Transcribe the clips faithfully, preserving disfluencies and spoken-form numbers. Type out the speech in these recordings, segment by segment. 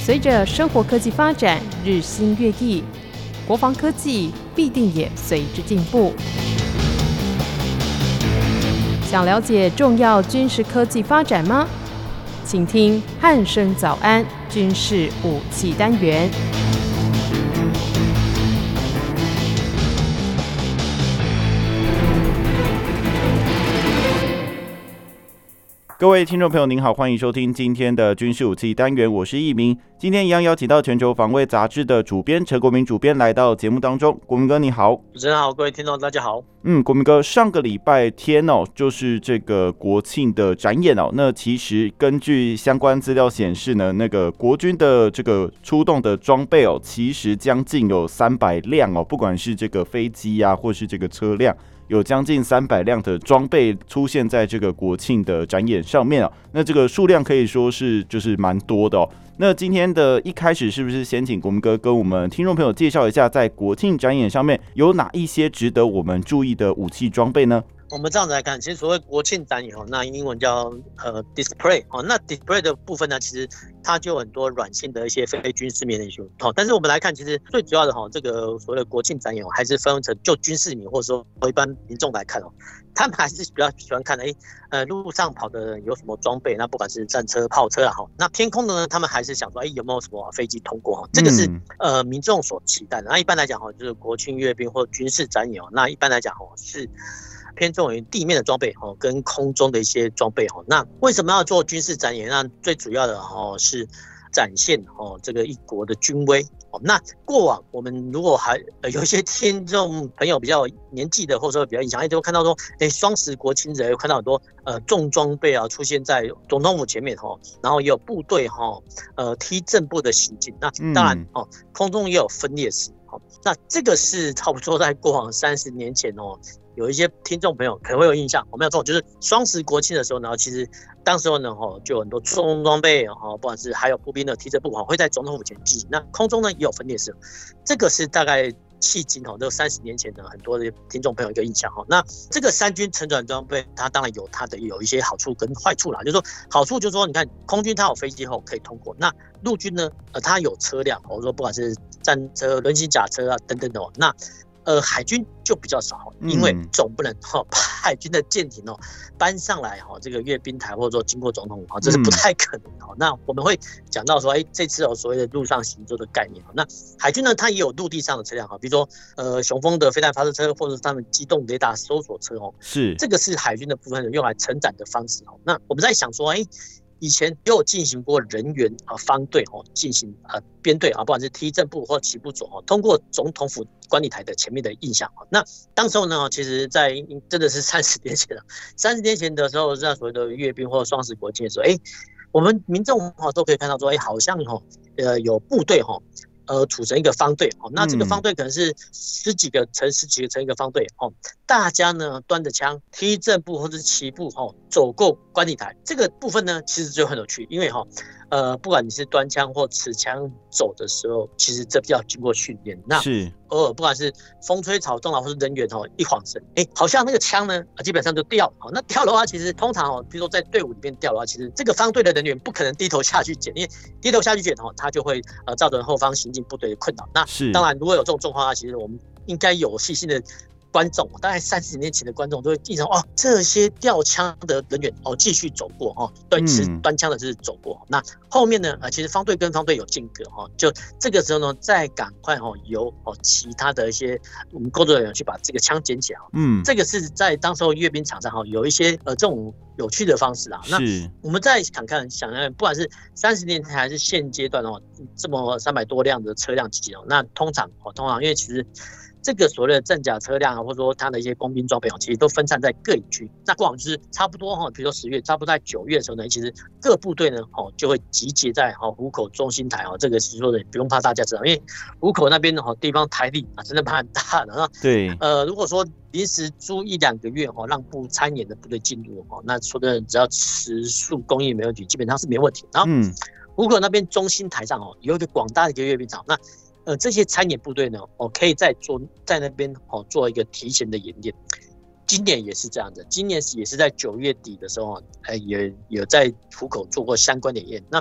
随着生活科技发展日新月异，国防科技必定也随之进步。想了解重要军事科技发展吗？请听汉声早安军事武器单元。 各位听众朋友您好，欢迎收听今天的军事武器单元，我是易明。今天一样邀请到全球防卫杂志的主编陈国民主编来到节目当中。国民哥你好。 主持人好，各位听众大家好。 嗯，国民哥，上个礼拜天哦，就是这个国庆的展演哦。那其实根据相关资料显示呢，那个国军的这个出动的装备哦，其实将近有三百辆哦，不管是这个飞机啊，或是这个车辆。有将近三百辆的装备出现在这个国庆的展演上面啊，那这个数量可以说是就是蛮多的哦。那今天的一开始是不是先请国民哥跟我们听众朋友介绍一下，在国庆展演上面有哪一些值得我们注意的武器装备呢？ 我们这样子来看，其实所谓国庆展演那英文叫呃 display 那 display 的部分呢，其实它就有很多软性的一些非军事面的元素。但是我们来看，其实最主要的这个所谓的国庆展演还是分成就军事迷或者说一般民众来看哦，他们还是比较喜欢看哎呃路上跑的人有什么装备，那不管是战车、炮车啊，那天空的呢，他们还是想说哎有没有什么飞机通过，这个是呃民众所期待的。那一般来讲就是国庆阅兵或军事展演，那一般来讲是偏重于地面的装备跟空中的一些装备。那为什么要做军事展演？那最主要的是展现这个一国的军威。那过往我们如果还有一些听众朋友比较年纪的，或者说比较印象，就会看到说，哎，双十国庆日有看到很多呃重装备啊出现在总统府前面哈，然后也有部队哈呃踢正步的行进。那当然哦，空中也有分列式。那这个是差不多在过往三十年前哦。有一些听众朋友可能会有印象，我没有错，就是双十国庆的时候呢，其实当时候呢，就有很多重装备，不管是还有步兵的踢正步会在总统府前进行。那空中呢也有分列式，这个是大概迄今这三十年前的很多的听众朋友一个印象。那这个三军成转装备，它当然有它的有一些好处跟坏处啦。就是说好处就是说，你看空军它有飞机后可以通过，那陆军呢，呃，它有车辆，或者说不管是战车、轮型甲车啊等等的，那。呃，海军就比较少，因为总不能哈、哦、把海军的舰艇哦搬上来哈、哦、这个阅兵台，或者说经过总统府，这是不太可能的、嗯。那我们会讲到说，哎，这次有所谓的陆上行舟的概念。那海军呢，它也有陆地上的车辆哈，比如说呃雄风的飞弹发射车，或者是他们机动雷达搜索车哦，是这个是海军的部分用来承载的方式哦。那我们在想说，哎。以前也有进行过人员啊方队哦进行呃编队啊，不管是踢正步或起步左哦，通过总统府观礼台的前面的印象。那当时候呢，其实在真的是三十年前了，三十年前的时候，在所谓的阅兵或双十国庆的时候，哎，我们民众哈都可以看到说，哎，好像哈呃有部队哈。呃，组成一个方队哦，那这个方队可能是十几个乘十几个成一个方队哦，大家呢端着枪踢正步或者是齐步哦，走过观礼台。这个部分呢，其实就很有趣，因为哈、哦，呃，不管你是端枪或持枪走的时候，其实这比较经过训练。那是偶尔不管是风吹草动啊，或是人员哦一晃神，哎，好像那个枪呢，基本上就掉了。哦，那掉的话，其实通常哦，比如说在队伍里面掉的话，其实这个方队的人员不可能低头下去捡，因为低头下去捡哦，他就会呃造成后方行进部队的困扰。那当然，如果有这种状况的话，其实我们应该有细心的观众，大概三十年前的观众都会记得哦，这些吊枪的人员哦继续走过哦，对，持端枪的就是走过。嗯、那后面呢，呃，其实方队跟方队有间隔哦，就这个时候呢，再赶快哦由哦其他的一些我们工作人员去把这个枪捡起来。嗯，这个是在当时候阅兵场上哈有一些呃这种有趣的方式啊。那我们再想看想看，不管是三十年前还是现阶段哦，这么三百多辆的车辆集结哦，那通常哦通常因为其实。这个所谓的战甲车辆啊，或者说它的一些工兵装备哦，其实都分散在各营区。那过往就是差不多哈，比如说十月，差不多在九月的时候呢，其实各部队呢哦就会集结在哦湖口中心台哦，这个是说的不用怕大家知道，因为湖口那边哦地方台力啊真的蛮大的啊。对。呃，如果说临时租一两个月哦，让不参演的部队进入哦，那说的只要食宿供应没问题，基本上是没问题。然后，嗯，湖口那边中心台上哦有一个广大的一个阅兵场，那。呃，这些参演部队呢，哦，可以在做在那边哦做一个提前的演练。今年也是这样的，今年也是在九月底的时候，呃，也有在湖口做过相关的演练。那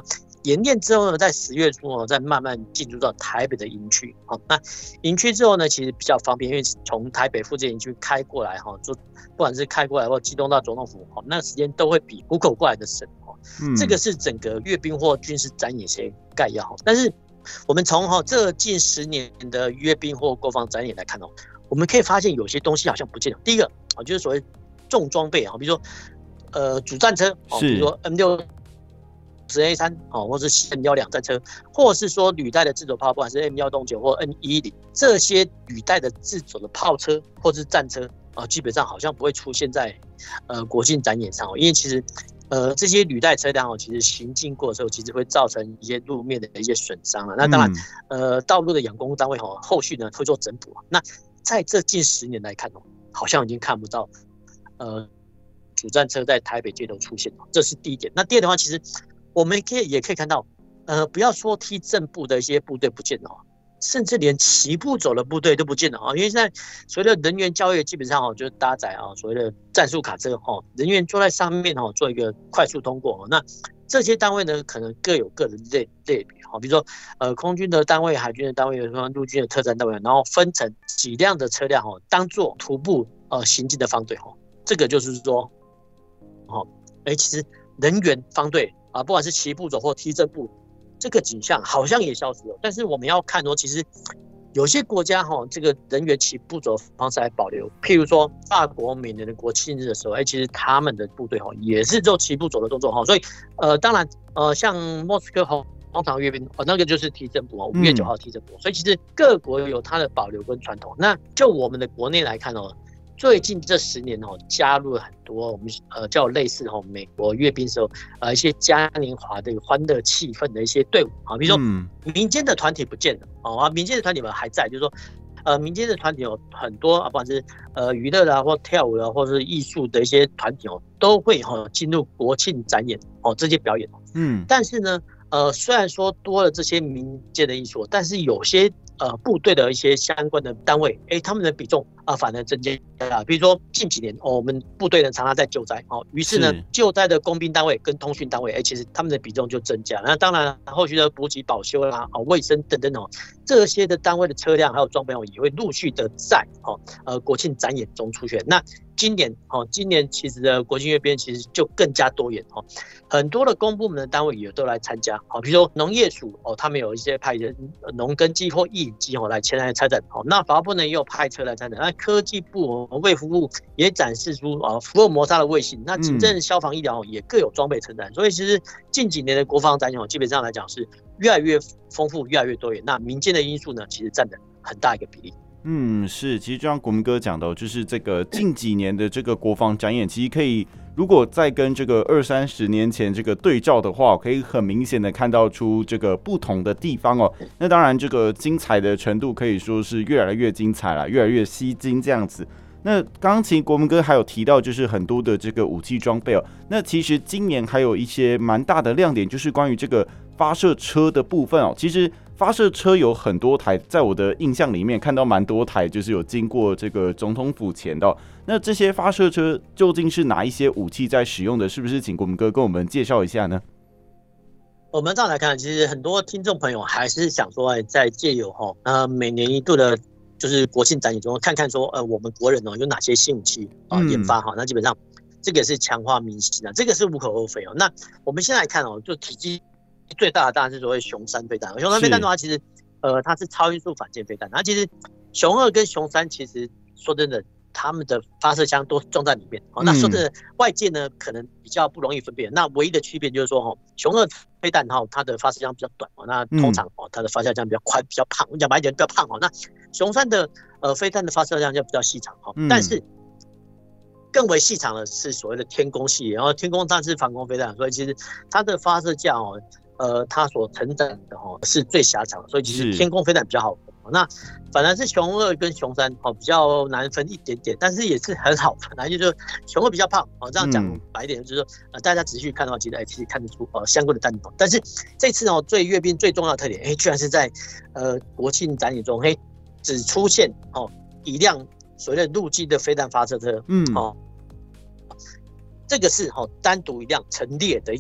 演练之后呢，在十月初哦，再慢慢进入到台北的营区。好，那营区之后呢，其实比较方便，因为从台北附近营区开过来哈，就不管是开过来或机动到总统府，那时间都会比虎口过来的省。嗯、这个是整个阅兵或军事展演一些概要。但是我们从这近十年的阅兵或国防展演来看哦，我们可以发现有些东西好像不见了。第一个就是所谓重装备啊，比如说呃主战车，比如说 M 六十 A 三或者是 M 一两战车，或者是说履带的自走炮，不管是 M 一零九或 M 一零这些履带的自走的炮车或是战车啊，基本上好像不会出现在呃国庆展演上，因为其实。呃，这些履带车辆哦，其实行进过的时候，其实会造成一些路面的一些损伤啊。那当然，嗯、呃，道路的养工单位哦，后续呢会做整补。那在这近十年来看哦，好像已经看不到呃主战车在台北街头出现了，这是第一点。那第二点的话，其实我们可以也可以看到，呃，不要说踢正步的一些部队不见了哦。甚至连齐步走的部队都不见了啊！因为现在所谓的人员交易，基本上哦，就是搭载啊所谓的战术卡车哦，人员坐在上面哦，做一个快速通过。那这些单位呢，可能各有各的类类别哈，比如说呃空军的单位、海军的单位，陆军的特战单位，然后分成几辆的车辆哦，当做徒步呃行进的方队哈。这个就是说，哦，哎，其实人员方队啊，不管是齐步走或踢正步。这个景象好像也消失了，但是我们要看哦，其实有些国家哈、哦，这个人员齐步走方式还保留。譬如说法国每年的国庆日的时候，哎，其实他们的部队哈也是做齐步走的动作哈，所以呃，当然呃，像莫斯科红广场阅兵哦，那个就是踢正步哦，五月九号踢正步，所以其实各国有它的保留跟传统。那就我们的国内来看哦。最近这十年哦，加入了很多我们呃叫类似哦美国阅兵时候呃一些嘉年华的欢乐气氛的一些队伍啊，比如说民间的团体不见了哦啊，民间的团体们还在，就是说呃民间的团体有很多啊，不管是呃娱乐啦或跳舞啦，或是艺术的一些团体哦，都会哈进入国庆展演哦这些表演哦，嗯，但是呢呃虽然说多了这些民间的艺术，但是有些。呃，部队的一些相关的单位，哎，他们的比重啊、呃、反而增加了。比如说近几年哦，我们部队呢常常在救灾哦，于是呢是救灾的工兵单位跟通讯单位，哎，其实他们的比重就增加了。那当然，后续的补给保修啦、哦卫生等等哦，这些的单位的车辆还有装备哦，也会陆续的在哦呃国庆展演中出现。那今年哦，今年其实的国庆阅兵其实就更加多元哦，很多的公部门的单位也都来参加哦，比如说农业署哦，他们有一些派人农耕机或役机哦来前来参展哦，那法务部呢也有派车来参展，那科技部哦卫福部也展示出啊福尔摩沙的卫星，那警政消防医疗也各有装备参展，所以其实近几年的国防展演基本上来讲是越来越丰富，越来越多元。那民间的因素呢，其实占了很大一个比例。 嗯，是，其实就像国民哥讲的，就是这个近几年的这个国防展演，其实可以，如果再跟这个二三十年前这个对照的话，可以很明显的看到出这个不同的地方哦。那当然，这个精彩的程度可以说是越来越精彩了，越来越吸睛这样子。那刚刚其实国民哥还有提到，就是很多的这个武器装备哦。那其实今年还有一些蛮大的亮点，就是关于这个发射车的部分哦。其实发射车有很多台，在我的印象里面看到蛮多台，就是有经过这个总统府前的哦。那这些发射车究竟是哪一些武器在使用的？是不是请国民哥跟我们介绍一下呢？ 我们这样来看，其实很多听众朋友还是想说，在借由哈呃每年一度的。就是国庆展演中看看说，呃，我们国人哦有哪些新武器啊、呃、研发哈、嗯，那基本上这个是强化民心啊，这个是无可厚非哦。那我们现在来看哦，就体积最大的当然是所谓雄三飞弹。雄三飞弹的话，其实呃它是超音速反舰飞弹，那其实雄二跟雄三其实说真的，他们的发射枪都装在里面哦。那说真的，外界呢可能比较不容易分辨。那唯一的区别就是说，哦，雄二飞弹哈，它的发射枪比较短哦，那通常哦它的发射枪比较宽、比较胖。我讲白一点，比较胖哦。那雄三的呃飞弹的发射量就比较细长哈，但是更为细长的是所谓的天弓系列，然后天弓弹是防空飞弹，所以其实它的发射架哦，呃，它所承载的哦是最狭长的，所以其实天弓飞弹比较好。那反而是雄二跟雄三哦比较难分一点点，但是也是很好分，就是雄二比较胖哦，这样讲白一点就是说，呃，大家仔细看的话，其实哎其实看得出呃相关的弹头，但是这次哦最阅兵最重要的特点，哎，居然是在呃国庆展演中，嘿。只出现哦一辆所谓的陆基的飞弹发射车，嗯，哦，这个是哦单独一辆陈列的一个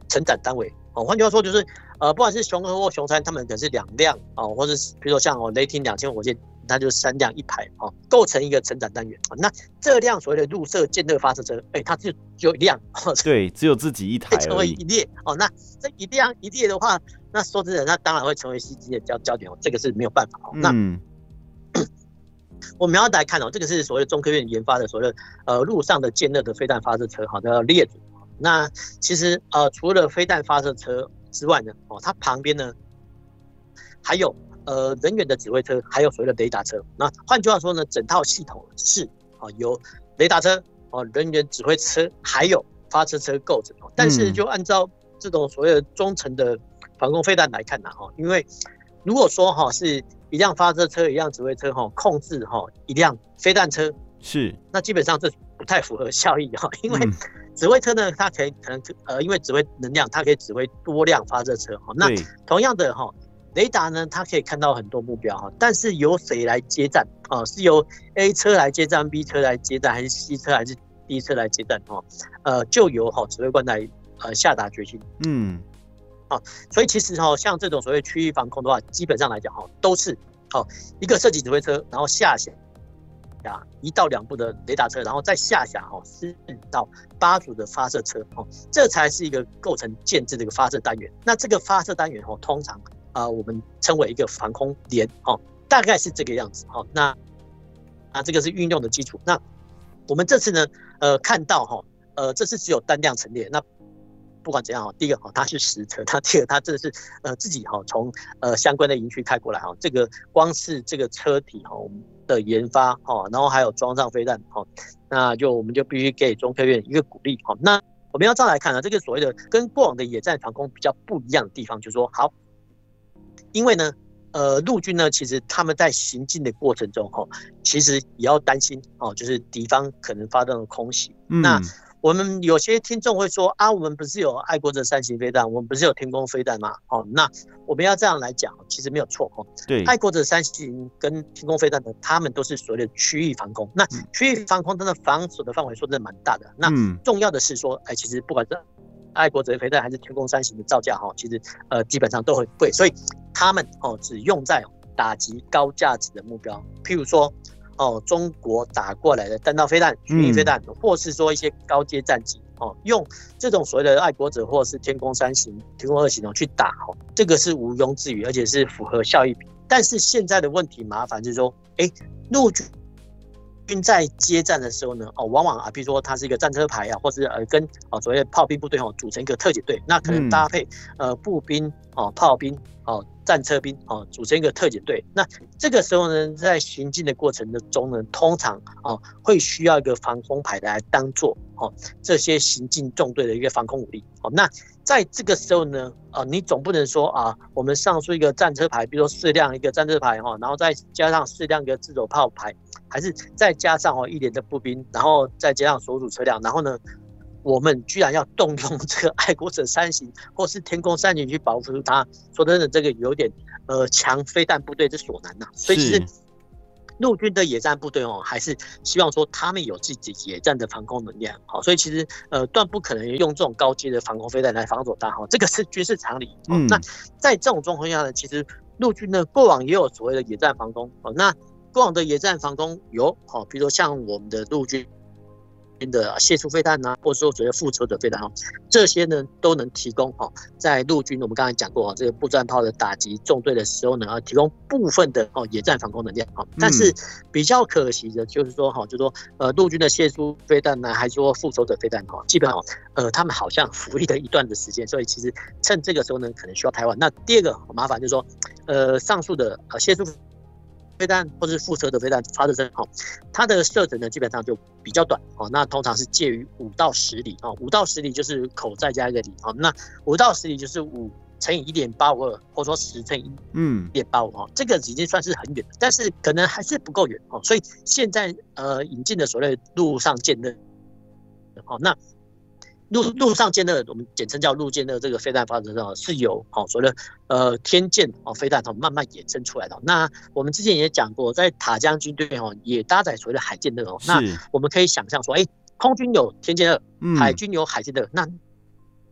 承载单位。哦，换句话说就是，呃，不管是雄二或雄三，他们可能是两辆哦，或者是比如说像哦雷霆两千火箭，它就三辆一排哦，构成一个承载单元。哦、那这辆所谓的陆射舰热发射车，哎、欸，它只有一辆，哦、 对，只有自己一台而已， 成为一列哦。那这一辆一列的话，那说真的，那当然会成为吸睛的焦焦点哦，这个是没有办法哦。那、 嗯、 我们要来看哦，这个是所谓的中科院研发的所谓的呃陆上的舰热的飞弹发射车，好的列组。那其实呃，除了飞弹发射车之外呢，哦，它旁边呢还有呃人员的指挥车，还有所谓的雷达车。那换句话说呢，整套系统是啊、哦、由雷达车、哦人员指挥车还有发射车构成。但是就按照这种所谓的中程的防空飞弹来看呢，哈，因为如果说哈是一辆发射车、一辆指挥车哈控制哈一辆飞弹车， 是那基本上这不太符合效益哈，因为、嗯。指挥车呢，它可以可能呃，因为指挥能量，它可以指挥多辆发射车哈。那同样的哈，雷达呢，它可以看到很多目标哈，但是由谁来接战啊？是由 A 车来接战 ，B 车来接战，还是 C 车还是 D 车来接战哈？呃，就由哈指挥官来呃下达决心。嗯，啊，所以其实哈，像这种所谓区域防空的话，基本上来讲哈，都是哦一个射击指挥车，然后下辖一到两部的雷达车，然后再下辖哈四到八组的发射车，哦，这才是一个构成建制的一个发射单元。那这个发射单元哦，通常啊、呃、我们称为一个防空连，哦，大概是这个样子，哦，那啊这个是运用的基础。那我们这次呢，呃看到哈，呃这次只有单辆陈列，那不管怎样哈，第一个哈它是实车，它第二个它真的是呃自己哈从呃相关的营区开过来哈，这个光是这个车体哈我们的研发哈，然后还有装上飞弹哈，那就我们就必须给中科院一个鼓励哈。那我们要这样来看呢，这个所谓的跟过往的野战防空比较不一样的地方，就是说好，因为呢呃陆军呢其实他们在行进的过程中哈，其实也要担心哦，就是敌方可能发动的空袭，嗯、那。我们有些听众会说啊，我们不是有爱国者三型飞弹，我们不是有天宫飞弹吗？哦，那我们要这样来讲，其实没有错哦。对，爱国者三型跟天宫飞弹呢，他们都是所谓的区域防空。那区域防空它的防守的范围说真的蛮大的。那重要的是说，哎，其实不管是爱国者飞弹还是天宫三型的造价哈，其实呃基本上都很贵，所以他们哦只用在打击高价值的目标，譬如说。哦，中国打过来的弹道飞弹、巡弋飞弹，嗯、或是说一些高阶战机，哦，用这种所谓的爱国者或是天宫三型、天宫二型哦去打，哦，这个是毋庸置疑，而且是符合效益比。但是现在的问题麻烦就是说，哎，陆军在接战的时候呢，哦，往往啊，比如说它是一个战车排啊，或是呃跟哦所谓的炮兵部队哦组成一个特遣队，那可能搭配、嗯、呃步兵哦、炮兵哦。战车兵哦，组成一个特遣队。那这个时候呢，在行进的过程中呢，通常哦会需要一个防空排来当做哦这些行进纵队的一个防空武力。哦，那在这个时候呢，呃，你总不能说啊，我们上述一个战车排，比如说四辆一个战车排哈，然后再加上四辆一个自走炮排，还是再加上哦一连的步兵，然后再加上所属车辆，然后呢？我们居然要动用这个爱国者三型或是天宫三型去保护它，说真的，这个有点呃强飞弹部队之所难呐、啊。所以其实陆军的野战部队哦，还是希望说他们有自己野战的防空能量。好，所以其实呃断不可能用这种高阶的防空飞弹来防守它。哈，这个是军事常理。嗯，那在这种状况下呢，其实陆军呢过往也有所谓的野战防空。哦，那过往的野战防空有哦，比如说像我们的陆军。的械速飞弹啊，或者说所谓复仇者飞弹，这些呢都能提供在陆军我们刚才讲过这个步战炮的打击纵队的时候呢，提供部分的野战防空能量。但是比较可惜的就是说，就是说呃陆军的械速飞弹呢，还是说复仇者飞弹，基本上呃他们好像服役了一段的时间，所以其实趁这个时候呢，可能需要台湾。那第二个麻烦就是说，呃上述的呃械速飞弹或是复仇者飞弹发射车，它的射程呢基本上就比较短，那通常是介于五到十里，五到十里就是口再加一个里，那五到十里就是五乘以一点八五二，或者说十乘以一点八五，这个已经算是很远，但是可能还是不够远，所以现在呃引进的所谓陆上舰的，那。陆陆上舰的，我们简称叫陆舰的这个飞弹发射车是由好所谓的呃天舰哦飞弹哦慢慢衍生出来的。那我们之前也讲过，在塔江军队哦也搭载所谓的海舰的哦。那我们可以想象说，哎，空军有天舰二，海军有海舰二，那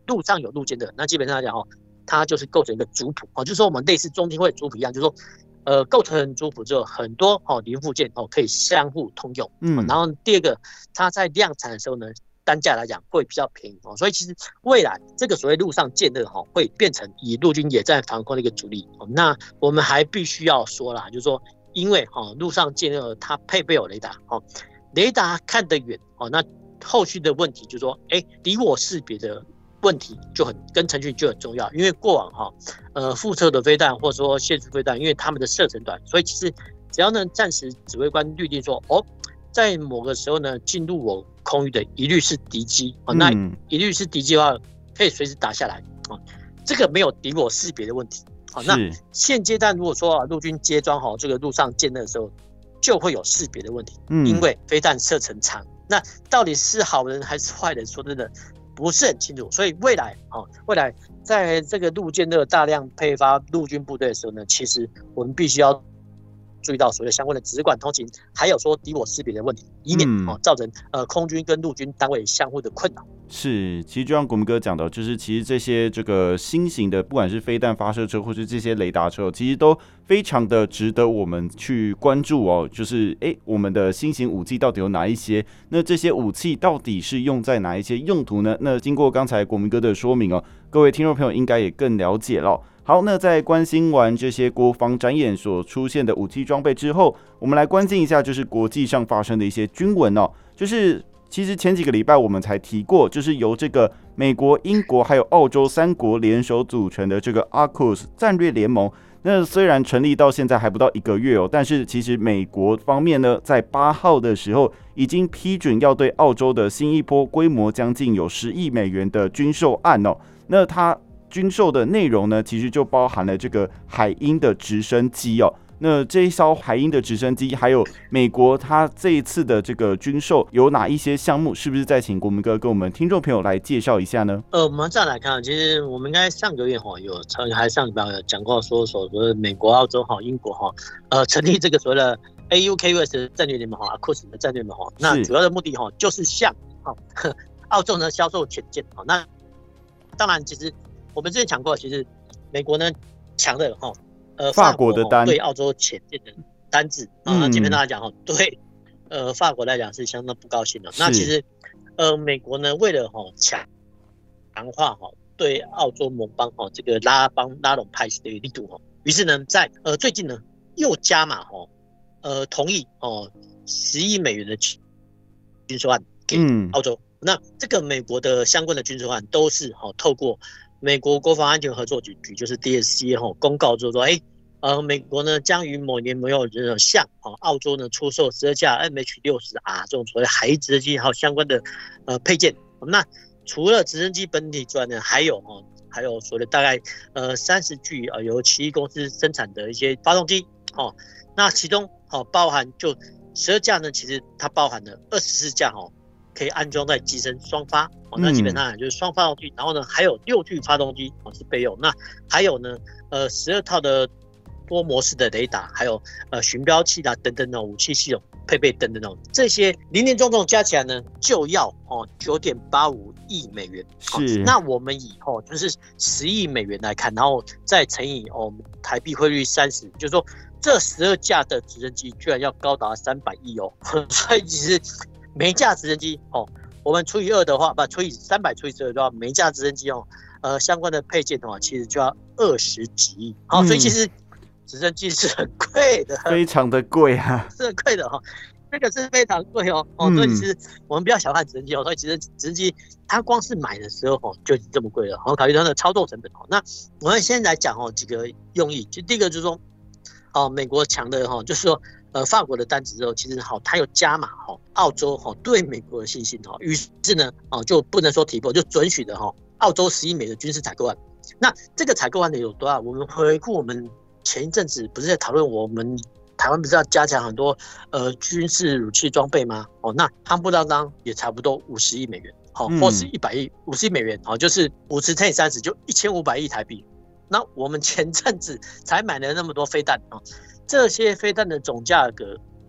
陆上有陆间的，那基本上来讲哦，它就是构成一个族谱哦，就是说我们类似中定会族谱一样，就是说。呃，构成族谱之后，很多哦零附件哦可以相互通用。嗯，然后第二个，它在量产的时候呢，单价来讲会比较便宜哦，所以其实未来这个所谓陆上舰队哈会变成以陆军野战防空的一个主力。哦，那我们还必须要说啦，就是说，因为哈陆上舰队它配备有雷达哦，雷达看得远哦，那后续的问题就是说，哎，敌我识别的问题就很跟程序就很重要，因为过往哈，呃，复射的飞弹或者说线速飞弹，因为他们的射程短，所以其实只要呢战时指挥官律定说，哦，在某个时候呢进入我空域的一律是敌机啊，那一律是敌机的话，可以随时打下来啊，这个没有敌我识别的问题。好，那现阶段如果说啊陆军接装好这个陆上舰的时候，就会有识别的问题，嗯，因为飞弹射程长，那到底是好人还是坏人？说真的。不是很清楚，所以未来啊，未来在这个陆舰的大量配发陆军部队的时候呢，其实我们必须要注意到所谓的相关的直管通勤，还有说敌我识别的问题，以免哦造成呃空军跟陆军单位相互的困扰。 是，其实就像国民哥讲的，就是其实这些这个新型的，不管是飞弹发射车或是这些雷达车，其实都非常的值得我们去关注哦。就是哎、欸，我们的新型武器到底有哪一些？那这些武器到底是用在哪一些用途呢？那经过刚才国民哥的说明哦，各位听众朋友应该也更了解了。好，那在关心完这些国防展演所出现的武器装备之后，我们来关心一下，就是国际上发生的一些军闻哦，就是其实前几个礼拜我们才提过，就是由这个美国、英国还有澳洲三国联手组成的这个 A U K U S 战略联盟。那虽然成立到现在还不到一个月哦，但是其实美国方面呢，在八号的时候已经批准要对澳洲的新一波规模将近有十亿美元的军售案哦。那它军售的内容呢，其实就包含了这个海鹰的直升机哦。那这一艘海鹰的直升机，还有美国它这一次的这个军售有哪一些项目？是不是再请国民哥跟我们听众朋友来介绍一下呢？ 呃，我们这样来看，其实我们应该上个月哈有还上礼拜有讲过说所谓的美国、澳洲哈、英国哈，呃，成立这个所谓的 A U K U S 战略联盟哈 ，A U K U S 的战略联盟哈。那主要的目的哈就是向哈澳洲呢销售潜舰哈。那当然，其实我们之前讲过，其实美国呢强的哈。呃， 法国的单对澳洲潜舰的单子啊，那基本上来讲哈，对呃法国来讲是相当不高兴的。那其实呃美国呢为了哈强强化哈对澳洲盟邦哈这个拉帮拉拢派系的力度哈，于是呢在呃最近呢又加码哈呃同意哦十亿美元的军售案给澳洲。嗯、那这个美国的相关的军售案都是哈透过美国国防安全合作局局就是 D S C 哈公告之后说，哎，呃，美国呢将于某年某月向啊澳洲呢出售十二架 M H 六十 R 这种所谓海鹰直升机还有相关的呃配件。那除了直升机本体之外呢，还有哦还有所谓的大概呃三十具呃由奇异公司生产的一些发动机哦。那其中哦包含就十二架呢，其实它包含了二十四架哦。可以安装在机身双发，哦，那基本上就是双发动机，然后呢还有六具发动机哦是备用，那还有呢呃十二套的多模式的雷达，还有呃巡标器啦等等的武器系统配备等等的这些零零总总加起来呢就要哦九点八五亿美元， 是、哦、 那我们以后就是十亿美元来看，然后再乘以哦台币汇率三十，就是说这十二架的直升机居然要高达三百亿哦，所以其实。每架直升机哦，我们除以二的话，不除以三百除以十二的话，每架直升机哦，呃，相关的配件的话，其实就要二十几亿。好、嗯哦，所以其实直升机是很贵的， 非常的贵啊， 是很贵的哈、哦，这个是非常贵哦。哦，所以其实我们不要小看直升机哦，所以其实直升机它光是买的时候哦就已经这么贵了，好、哦，考虑它的操作成本哦。那我们现在来讲哦几个用意，就第一个就是说，哦，美国强的哈、哦，就是说。呃，法国的单子之后，其实好，它有加码哈，澳洲哈对美国的信心哈，于是呢，哦就不能说提拨，就准许的哈，澳洲十亿美的军事采购案。那这个采购案的有多少？我们回顾我们前一阵子不是在讨论我们台湾不是要加强很多呃军事武器装备吗？哦，那夯不啷当也差不多五十亿美元，好，或是一百亿，五十亿美元，好，就是五十乘以三十就一千五百亿台币。那我们前阵子才买了那么多飞弹啊。这些飞弹的总价格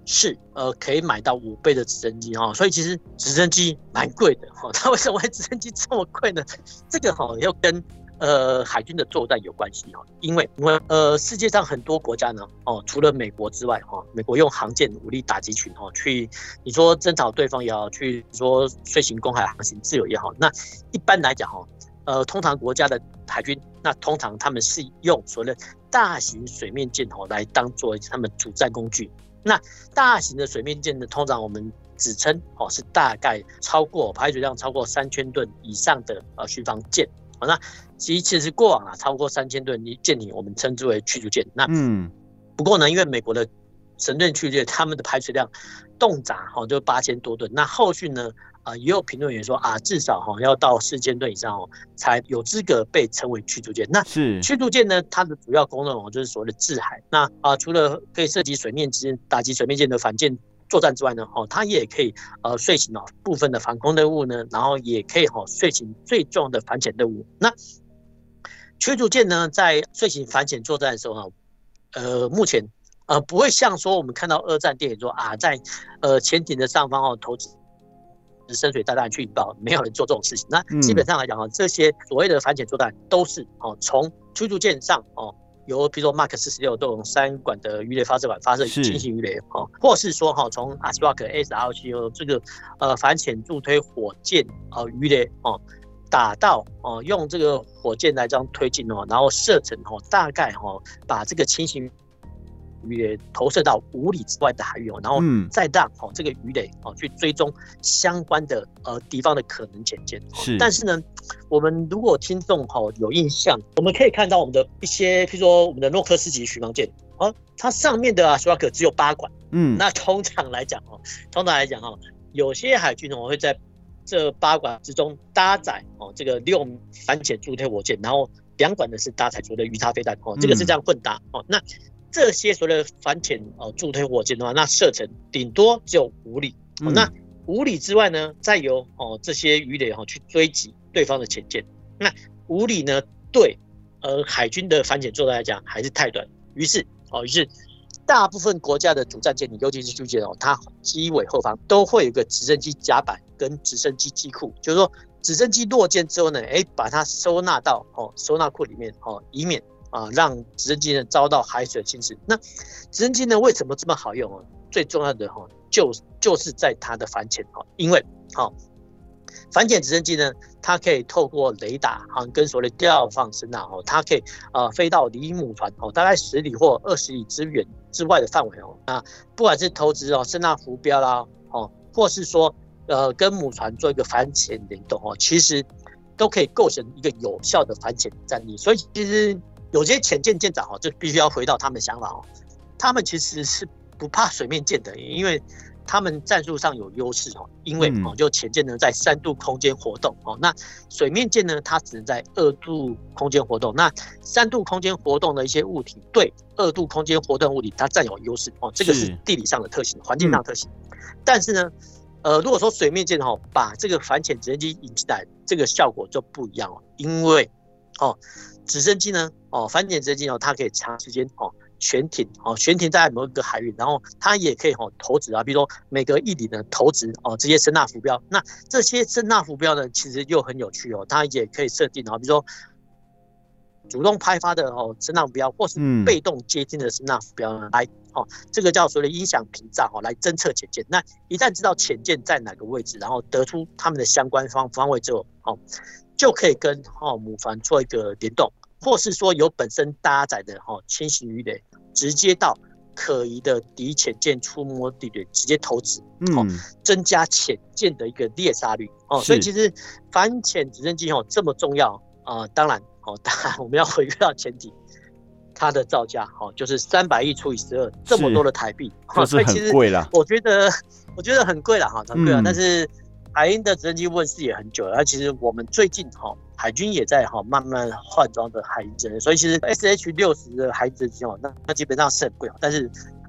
是呃可以买到五倍的直升机哈、哦，所以其实直升机蛮贵的哈、哦。它为什么会直升机这么贵呢？这个哈、哦、要跟呃海军的作战有关系哈、哦，因为因为呃世界上很多国家呢哦，除了美国之外哈、哦，美国用航舰武力打击群哈、哦、去你说征讨对方也好，去说遂行公海航行自由也好，那一般来讲哈、哦。呃，通常国家的海军，那通常他们是用所谓的大型水面舰哦来当做他们主战工具。那大型的水面舰呢，通常我们指称哦是大概超过排水量超过三千吨以上的呃巡防舰。哦，那其实过往啊超过三千吨舰艇，我们称之为驱逐舰。那嗯，不过呢，因为美国的神盾驱逐舰他们的排水量动輋哦就八千多吨，那后续呢？啊、呃，也有评论员说啊，至少哈、哦、要到四千吨以上哦，才有资格被称为驱逐舰。那是驱逐舰呢，它的主要功能哦就是所谓的制海。那啊、呃，除了可以射击水面之打击水面舰的反舰作战之外呢，哦，它也可以呃遂行哦部分的反攻任务呢，然后也可以哈、哦、遂行最重要的反潜任务。那驱逐舰呢，在遂行反潜作战的时候呢，呃，目前呃不会像说我们看到二战电影说啊，在呃潜艇的上方哦投掷深水炸弹去引爆，没有人做这种事情。那基本上来讲、哦、这些所谓的反潜作战都是哦从驱逐舰上哦由比如说 Mark 四十六这种三管的鱼雷发射管发射轻型鱼雷哦，或是说哈、哦、从 ASROC S R七 这个呃反潜助推火箭呃鱼雷哦打到哦用这个火箭来这样推进哦，然后射程哦大概哦把这个轻型鱼雷投射到五里之外的海域哦，然后再让哦这个鱼雷哦去追踪相关的呃敌方的可能潜舰。是，但是呢，我们如果听众哦有印象，我们可以看到我们的一些，譬如说我们的诺克斯级巡防舰哦，它上面的啊 ASROC 只有八管。嗯，那通常来讲哦，通常来讲哦，有些海军哦会在这八管之中搭载哦这个六反潜助推火箭，然后两管呢是搭载所谓的鱼叉飞弹哦，这个是这样混搭哦。那这些所谓的反潜呃助推火箭的话，那射程顶多只有五里。哦、那五里之外呢，再由哦这些鱼雷哦去追击对方的潜舰。那五里呢，对呃海军的反潜作战来讲还是太短。于是哦，于是大部分国家的主战舰艇，尤其是驱逐舰哦，它机尾后方都会有一个直升机甲板跟直升机机库，就是说直升机落舰之后呢，哎，把它收纳到哦收纳库里面哦，以免啊，让直升机呢遭到海水侵蚀。那直升机呢为什么这么好用？最重要的哈，就就是在它的反潜哈，因为哈，反潜直升机呢，它可以透过雷达哈跟所谓的调放声呐哦，它可以呃飞到离母船哦大概十里或二十里之远之外的范围哦。那不管是投掷哦声呐浮标啦哦，或是说呃跟母船做一个反潜联动哦，其实都可以构成一个有效的反潜战力。所以其实有些潜舰舰长哦，就必须要回到他们的想法哦，他们其实是不怕水面舰的，因为他们战术上有优势哦，因为哦，就潜舰呢在三度空间活动哦，那水面舰呢它只能在二度空间活动，那三度空间活动的一些物体对二度空间活动物体它占有优势哦，这个是地理上的特性，环境上的特性。但是呢，呃，如果说水面舰哦把这个反潜直升机引进来，这个效果就不一样哦，因为哦。直升机呢，哦，反潜直升机哦，它可以长时间哦悬停哦，悬停在某一个海域，然后它也可以哦投掷啊，比如说每隔一里呢投掷哦这些声呐浮标。那这些声呐浮标呢，其实又很有趣哦，它也可以设定哦，比如说主动拍发的哦声呐浮标，或是被动接近的声呐浮标呢，来哦，这个叫所谓的音响屏障哦，来侦测潜舰。那一旦知道潜舰在哪个位置，然后得出他们的相关方方位之后，哦。就可以跟哦母船做一个联动，或是说由本身搭载的哦轻型鱼雷直接到可疑的敌潜舰出没地点直接投掷，哦，增加潜舰的一个猎杀率哦。所以其实反潜直升机哦这么重要啊、呃，当然哦，当然我们要回归到前提，它的造价哦就是三百亿除以十二，这么多的台币， 哦，所以很贵啦。 我觉得我觉得很贵啦哈，很贵啦，嗯、但是。海鹰的直升机问世也很久了，而其实我们最近哈海军也在哈慢慢换装的海鹰直升机，所以其实 S H 六十的海鹰直升机哦，那那基本上是很贵，但是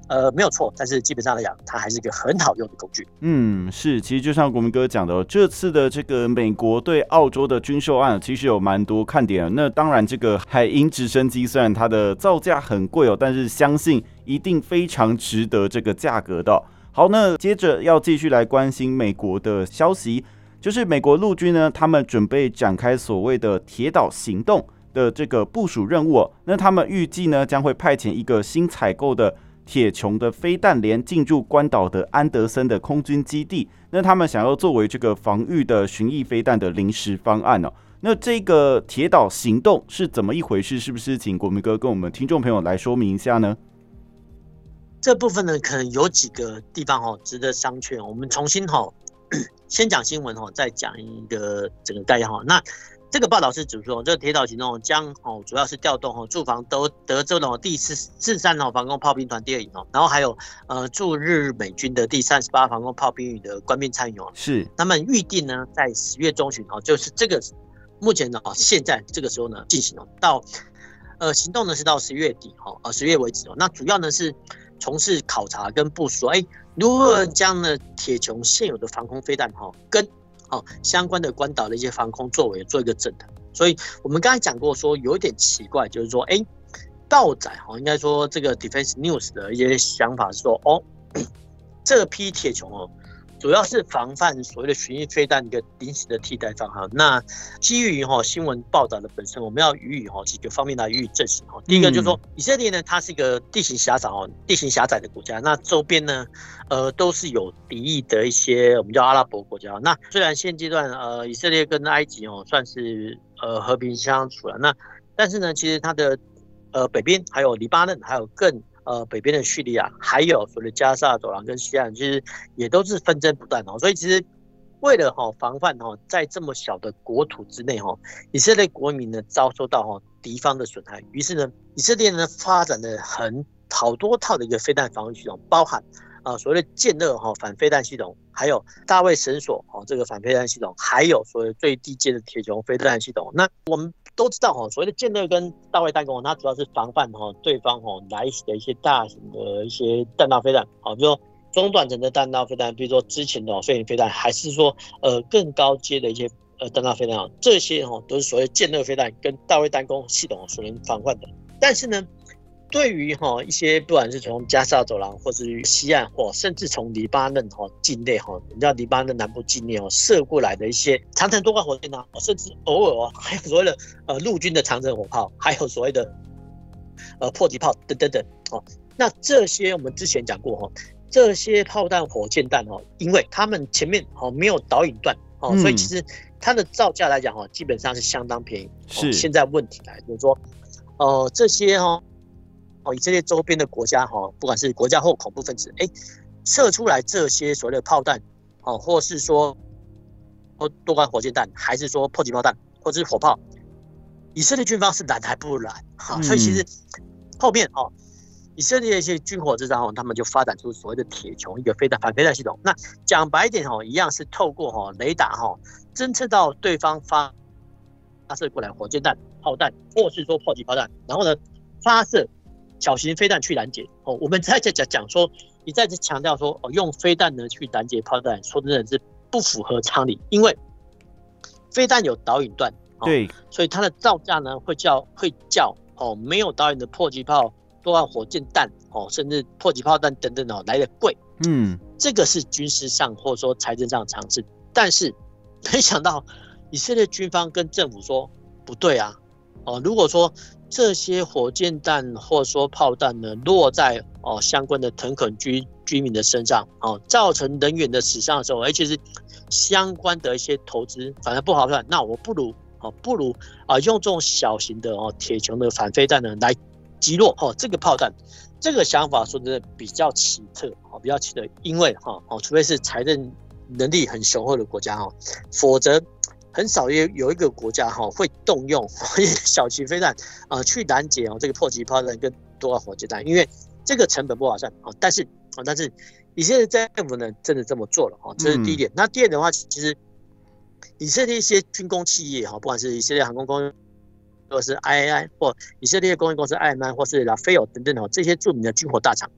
呃，没有错，但是基本上来讲，它还是一个很好用的工具。 嗯，是，其实就像国民哥讲的、哦，这次的这个美国对澳洲的军售案，其实有蛮多看点的。那当然，这个海鹰直升机虽然它的造价很贵哦，但是相信一定非常值得这个价格的、哦。好，那接着要继续来关心美国的消息，就是美国陆军呢，他们准备展开所谓的铁岛行动的这个部署任务、哦。那他们预计呢，将会派遣一个新采购的铁穹的飞弹连进驻关岛的安德森的空军基地，那他们想要作为这个防御的巡弋飞弹的临时方案哦。那这个铁岛行动是怎么一回事？是不是请国民哥跟我们听众朋友来说明一下呢？ 这部分呢，可能有几个地方哈、哦、值得商榷。我们重新哈、哦、先讲新闻哈、哦，再讲一个整个概念哈、哦。那这个报道是指出，这个铁岛行动将哦主要是调动哦驻防德德州的第四四三哦防空炮兵团第二营哦，然后还有呃驻日美军的第三十八防空炮兵营的官兵参与哦。 是， 他们预定呢在十月中旬哦，就是这个目前呢哦现在这个时候呢进行哦，到呃行动呢是到十月底哦，呃十月为止哦。那主要呢是从事考察跟部署，哎，如何将呢铁穹现有的防空飞弹哈跟哦，相关的关岛的一些防空作为做一个整合，所以我们刚才讲过说有一点奇怪，就是说，哎，报载哈，应该说这个 Defense News 的一些想法是说，哦，这批铁穹哦，主要是防范所谓的巡弋飞弹一个临时的替代方案。那基于哈新闻报道的本身，我们要予以哈几个方面来予以证实哈。第一个就是说，以色列呢，它是一个地形狭窄哦，地形狭窄的国家，那周边呢，呃，都是有敌意的一些我们叫阿拉伯国家。那虽然现阶段呃以色列跟埃及哦算是呃和平相处了，那但是呢，其实它的呃北边还有黎巴嫩，还有更呃北边的叙利亚，还有所谓的加沙走廊跟西岸，其实也都是纷争不断哦。所以其实为了哈、哦、防范哈、哦、在这么小的国土之内哈、哦，以色列国民呢遭受到哈、哦、敌方的损害，于是呢以色列呢发展了很好多套的一个飞弹防御系统，包含啊、呃、所谓的剑二哈、哦、反飞弹系统，还有大卫神索哦这个反飞弹系统，还有所谓最低阶的铁穹飞弹系统。那我们都知道哈，所谓的剑二跟大卫弹弓，它主要是防范哈对方哈来袭的一些大型的一些弹道飞弹，好，比如说中短程的弹道飞弹，比如说之前的飞行飞弹，还是说呃更高阶的一些呃弹道飞弹，这些哈都是所谓剑二飞弹跟大卫弹弓系统所能防范的。但是呢，对于哈一些不管是从加沙走廊，或是西岸，或甚至从黎巴嫩哈境内哈，你知道黎巴嫩南部境内哦射过来的一些长程多管火箭啊，甚至偶尔哦还有所谓的呃陆军的长程火炮，还有所谓的呃迫击炮等等等哦。那这些我们之前讲过哈，这些炮弹、火箭弹哦，因为他们前面哦没有导引段哦，所以其实它的造价来讲哦，基本上是相当便宜。 是， 现在问题来就是说，呃这些哦。哦，以色列周边的国家哈，不管是国家或恐怖分子，哎，射出来这些所谓的炮弹，哦，或是说多管火箭弹，还是说迫击炮弹，或者是火炮，以色列军方是懒还不如懒哈、嗯，所以其实后面哦，以色列一些军火之上哦，他们就发展出所谓的铁穹一个飞弹反飞弹系统。那讲白一点哦，一样是透过哈雷达哈侦测到对方发发射过来火箭弹、炮弹，或是说迫击炮弹，然后呢发射小型飞弹去拦截哦，我们在在讲讲说，一再次强调说哦，用飞弹呢去拦截炮弹，说真的是不符合常理，因为飞弹有导引段，哦、 对， 所以它的造价呢会较会较哦没有导引的迫击炮、多管火箭弹哦，甚至迫击炮弹等等哦来的贵， 嗯， 这个是军事上或者说财政上的常识，但是没想到以色列军方跟政府说不对啊，哦，如果说这些火箭弹或者说炮弹呢落在哦相关的腾垦居居民的身上，哦，造成人员的死伤的时候，而且是相关的一些投资反而不划算，那我不如哦不如啊用这种小型的哦铁穹的反飞弹呢来击落哦这个炮弹，这个想法说真的比较奇特哦，比较奇特，因为哈哦除非是财政能力很雄厚的国家哦，否则很少有有一个国家哈会动用小型飞弹啊、呃、去拦截哦这个迫击炮弹跟多管火箭弹，因为这个成本不划算啊。但是啊，但是以色列政府呢真的这么做了哈，这是第一点。嗯、那第二点的话，其实以色列一些军工企业哈，不管是以色列航空公司，或是 I A I 或以色列工业公司 I M I 或是拉斐尔等等哦，这些著名的军火大厂，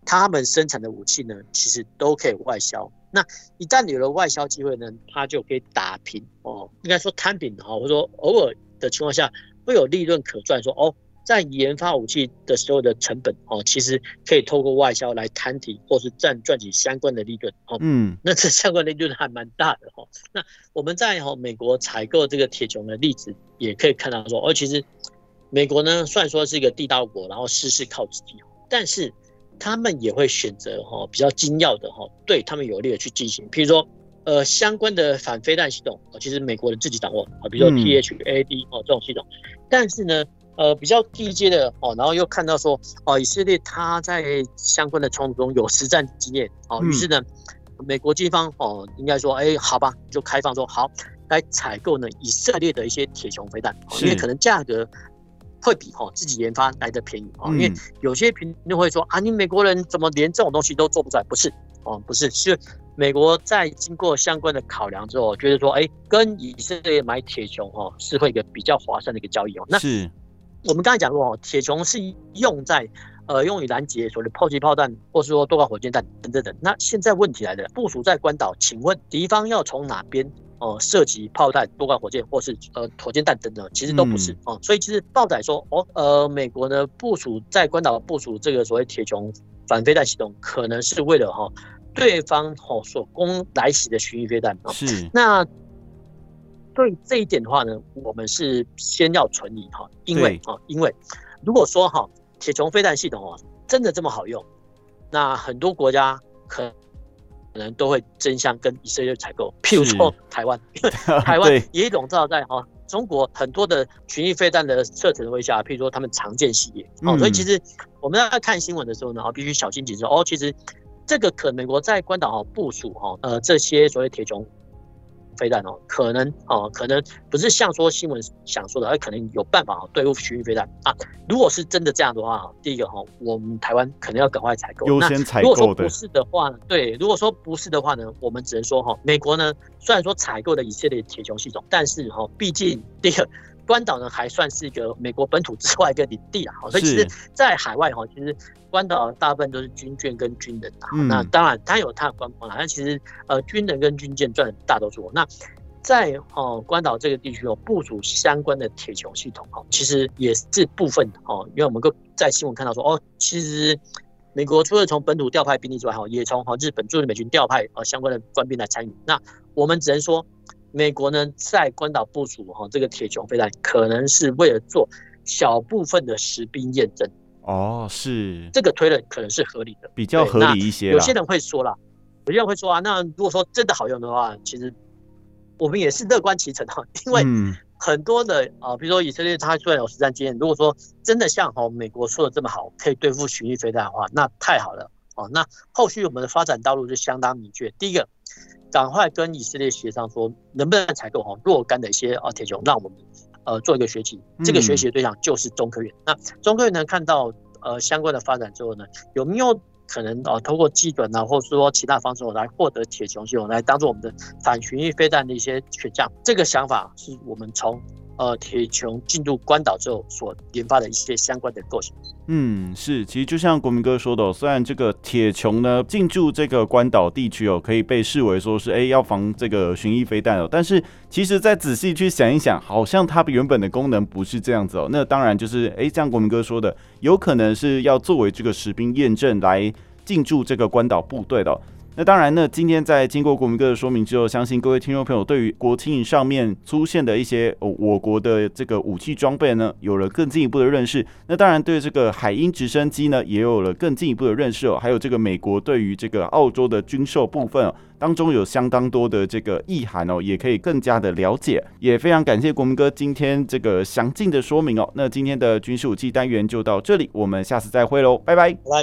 他们生产的武器呢，其实都可以外销。那一旦有了外销机会呢，它就可以打平哦，应该说摊平哈，或者说偶尔的情况下会有利润可赚，说哦，在研发武器的时候的成本哦，其实可以透过外销来摊提，或是赚赚取相关的利润哦。嗯，那这相关的利润还蛮大的哦。那我们在哦美国采购这个铁穹的例子，也可以看到说，哦，其实美国呢虽然说是一个地大物博，然后事事靠自己，但是他们也会选择哈比较精要的哈，对他们有利的去进行，譬如说呃相关的反飞弹系统，其实美国人自己掌握啊，比如说 T H A D 哦这种系统，但是呢呃比较低阶的哦，然后又看到说哦以色列他在相关的冲突中有实战经验哦，于是呢美国军方哦应该说哎好吧，就开放说好来采购呢以色列的一些铁穹飞弹，因为可能价格会比自己研发来的便宜，因为有些评论会说啊，你美国人怎么连这种东西都做不出来？不是哦，不是，是美国在经过相关的考量之后，觉得说，哎，跟以色列买铁穹哦，是会一个比较划算的一个交易哦。那是我们刚才讲过哦，铁穹是用在呃用于拦截所谓的迫击炮弹，或是说多管火箭弹等等等。那现在问题来了，部署在关岛，请问敌方要从哪边？哦，射击炮弹、多管火箭或是呃火箭弹等等，其实都不是、嗯、哦。所以其实报载说，哦呃，美国呢部署在关岛部署这个所谓铁穹反飞弹系统，可能是为了哈、哦、对方哦所攻来袭的巡弋飞弹、哦、是。那对这一点的话呢，我们是先要存疑哈，因为啊、哦，因为如果说哈、哦、铁穹飞弹系统哦真的这么好用，那很多国家可能。可能都会争相跟以色列采购，譬如说台湾，因为台湾也笼罩在哈中国很多的巡弋飞弹的射程威吓，譬如说他们常见系列、嗯哦，所以其实我们在看新闻的时候呢，必须小心谨慎哦。其实这个可美国在关岛部署哈呃这些所谓铁穹飞弹哦，可能哦可能不是像说新闻想说的，而可能有办法对付巡弋飞弹啊。如果是真的这样的话，第一个哈，我们台湾可能要赶快采购， 优先采购的。 如果说不是的话，对，如果说不是的话呢，我们只能说哈，美国呢虽然说采购了以色列铁穹系统，但是哈，毕竟第一个关岛呢还算是一个美国本土之外一个领地啊，所以其实在海外哈，其实关岛大部分都是军舰跟军人啊、嗯。那当然它有它的官方啦，但其实呃军人跟军舰占大多数。那在哦关岛这个地区哦部署相关的铁穹系统哦，其实也是部分哦，因为我们在新闻看到说哦，其实美国除了从本土调派兵力之外，也从日本驻日美军调派相关的官兵来参与。那我们只能说，美国呢在关岛部署这个铁穹飞弹，可能是为了做小部分的实兵验证。 哦，是这个推论可能是合理的， 比较合理一些。 有些人会说啦，有些人会说啊，那如果说真的好用的话，其实我们也是乐观其成哈，因为很多的啊、呃，比如说以色列，它虽然有实战经验，如果说真的像哈美国说的这么好，可以对付巡弋飞弹的话，那太好了哦。那后续我们的发展道路就相当明确。第一个，赶快跟以色列协商说，能不能采购哈若干的一些啊铁穹，让我们呃做一个学习。这个学习的对象就是中科院。嗯、那中科院呢，看到呃相关的发展之后呢，有没有可能啊，透过基准啊，或者说其他方式来获得铁穹系统，来当做我们的反巡弋飞弹的一些选项。这个想法是我们从呃铁穹进入关岛之后所研发的一些相关的构想。 嗯，是，其实就像国民哥说的、哦，虽然这个铁穹呢进驻这个关岛地区哦，可以被视为说是哎要防这个巡弋飞弹哦，但是其实再仔细去想一想，好像它原本的功能不是这样子哦。那当然就是哎，像国民哥说的，有可能是要作为这个实兵验证来进驻这个关岛部队的、哦。那当然呢，今天在经过国民哥的说明之后，相信各位听众朋友对于国庆上面出现的一些、哦、我国的这个武器装备呢，有了更进一步的认识。那当然对这个海鹰直升机呢，也有了更进一步的认识哦。还有这个美国对于这个澳洲的军售部分、哦、当中有相当多的这个意涵哦，也可以更加的了解。也非常感谢国民哥今天这个详尽的说明哦。那今天的军事武器单元就到这里，我们下次再会喽，拜拜。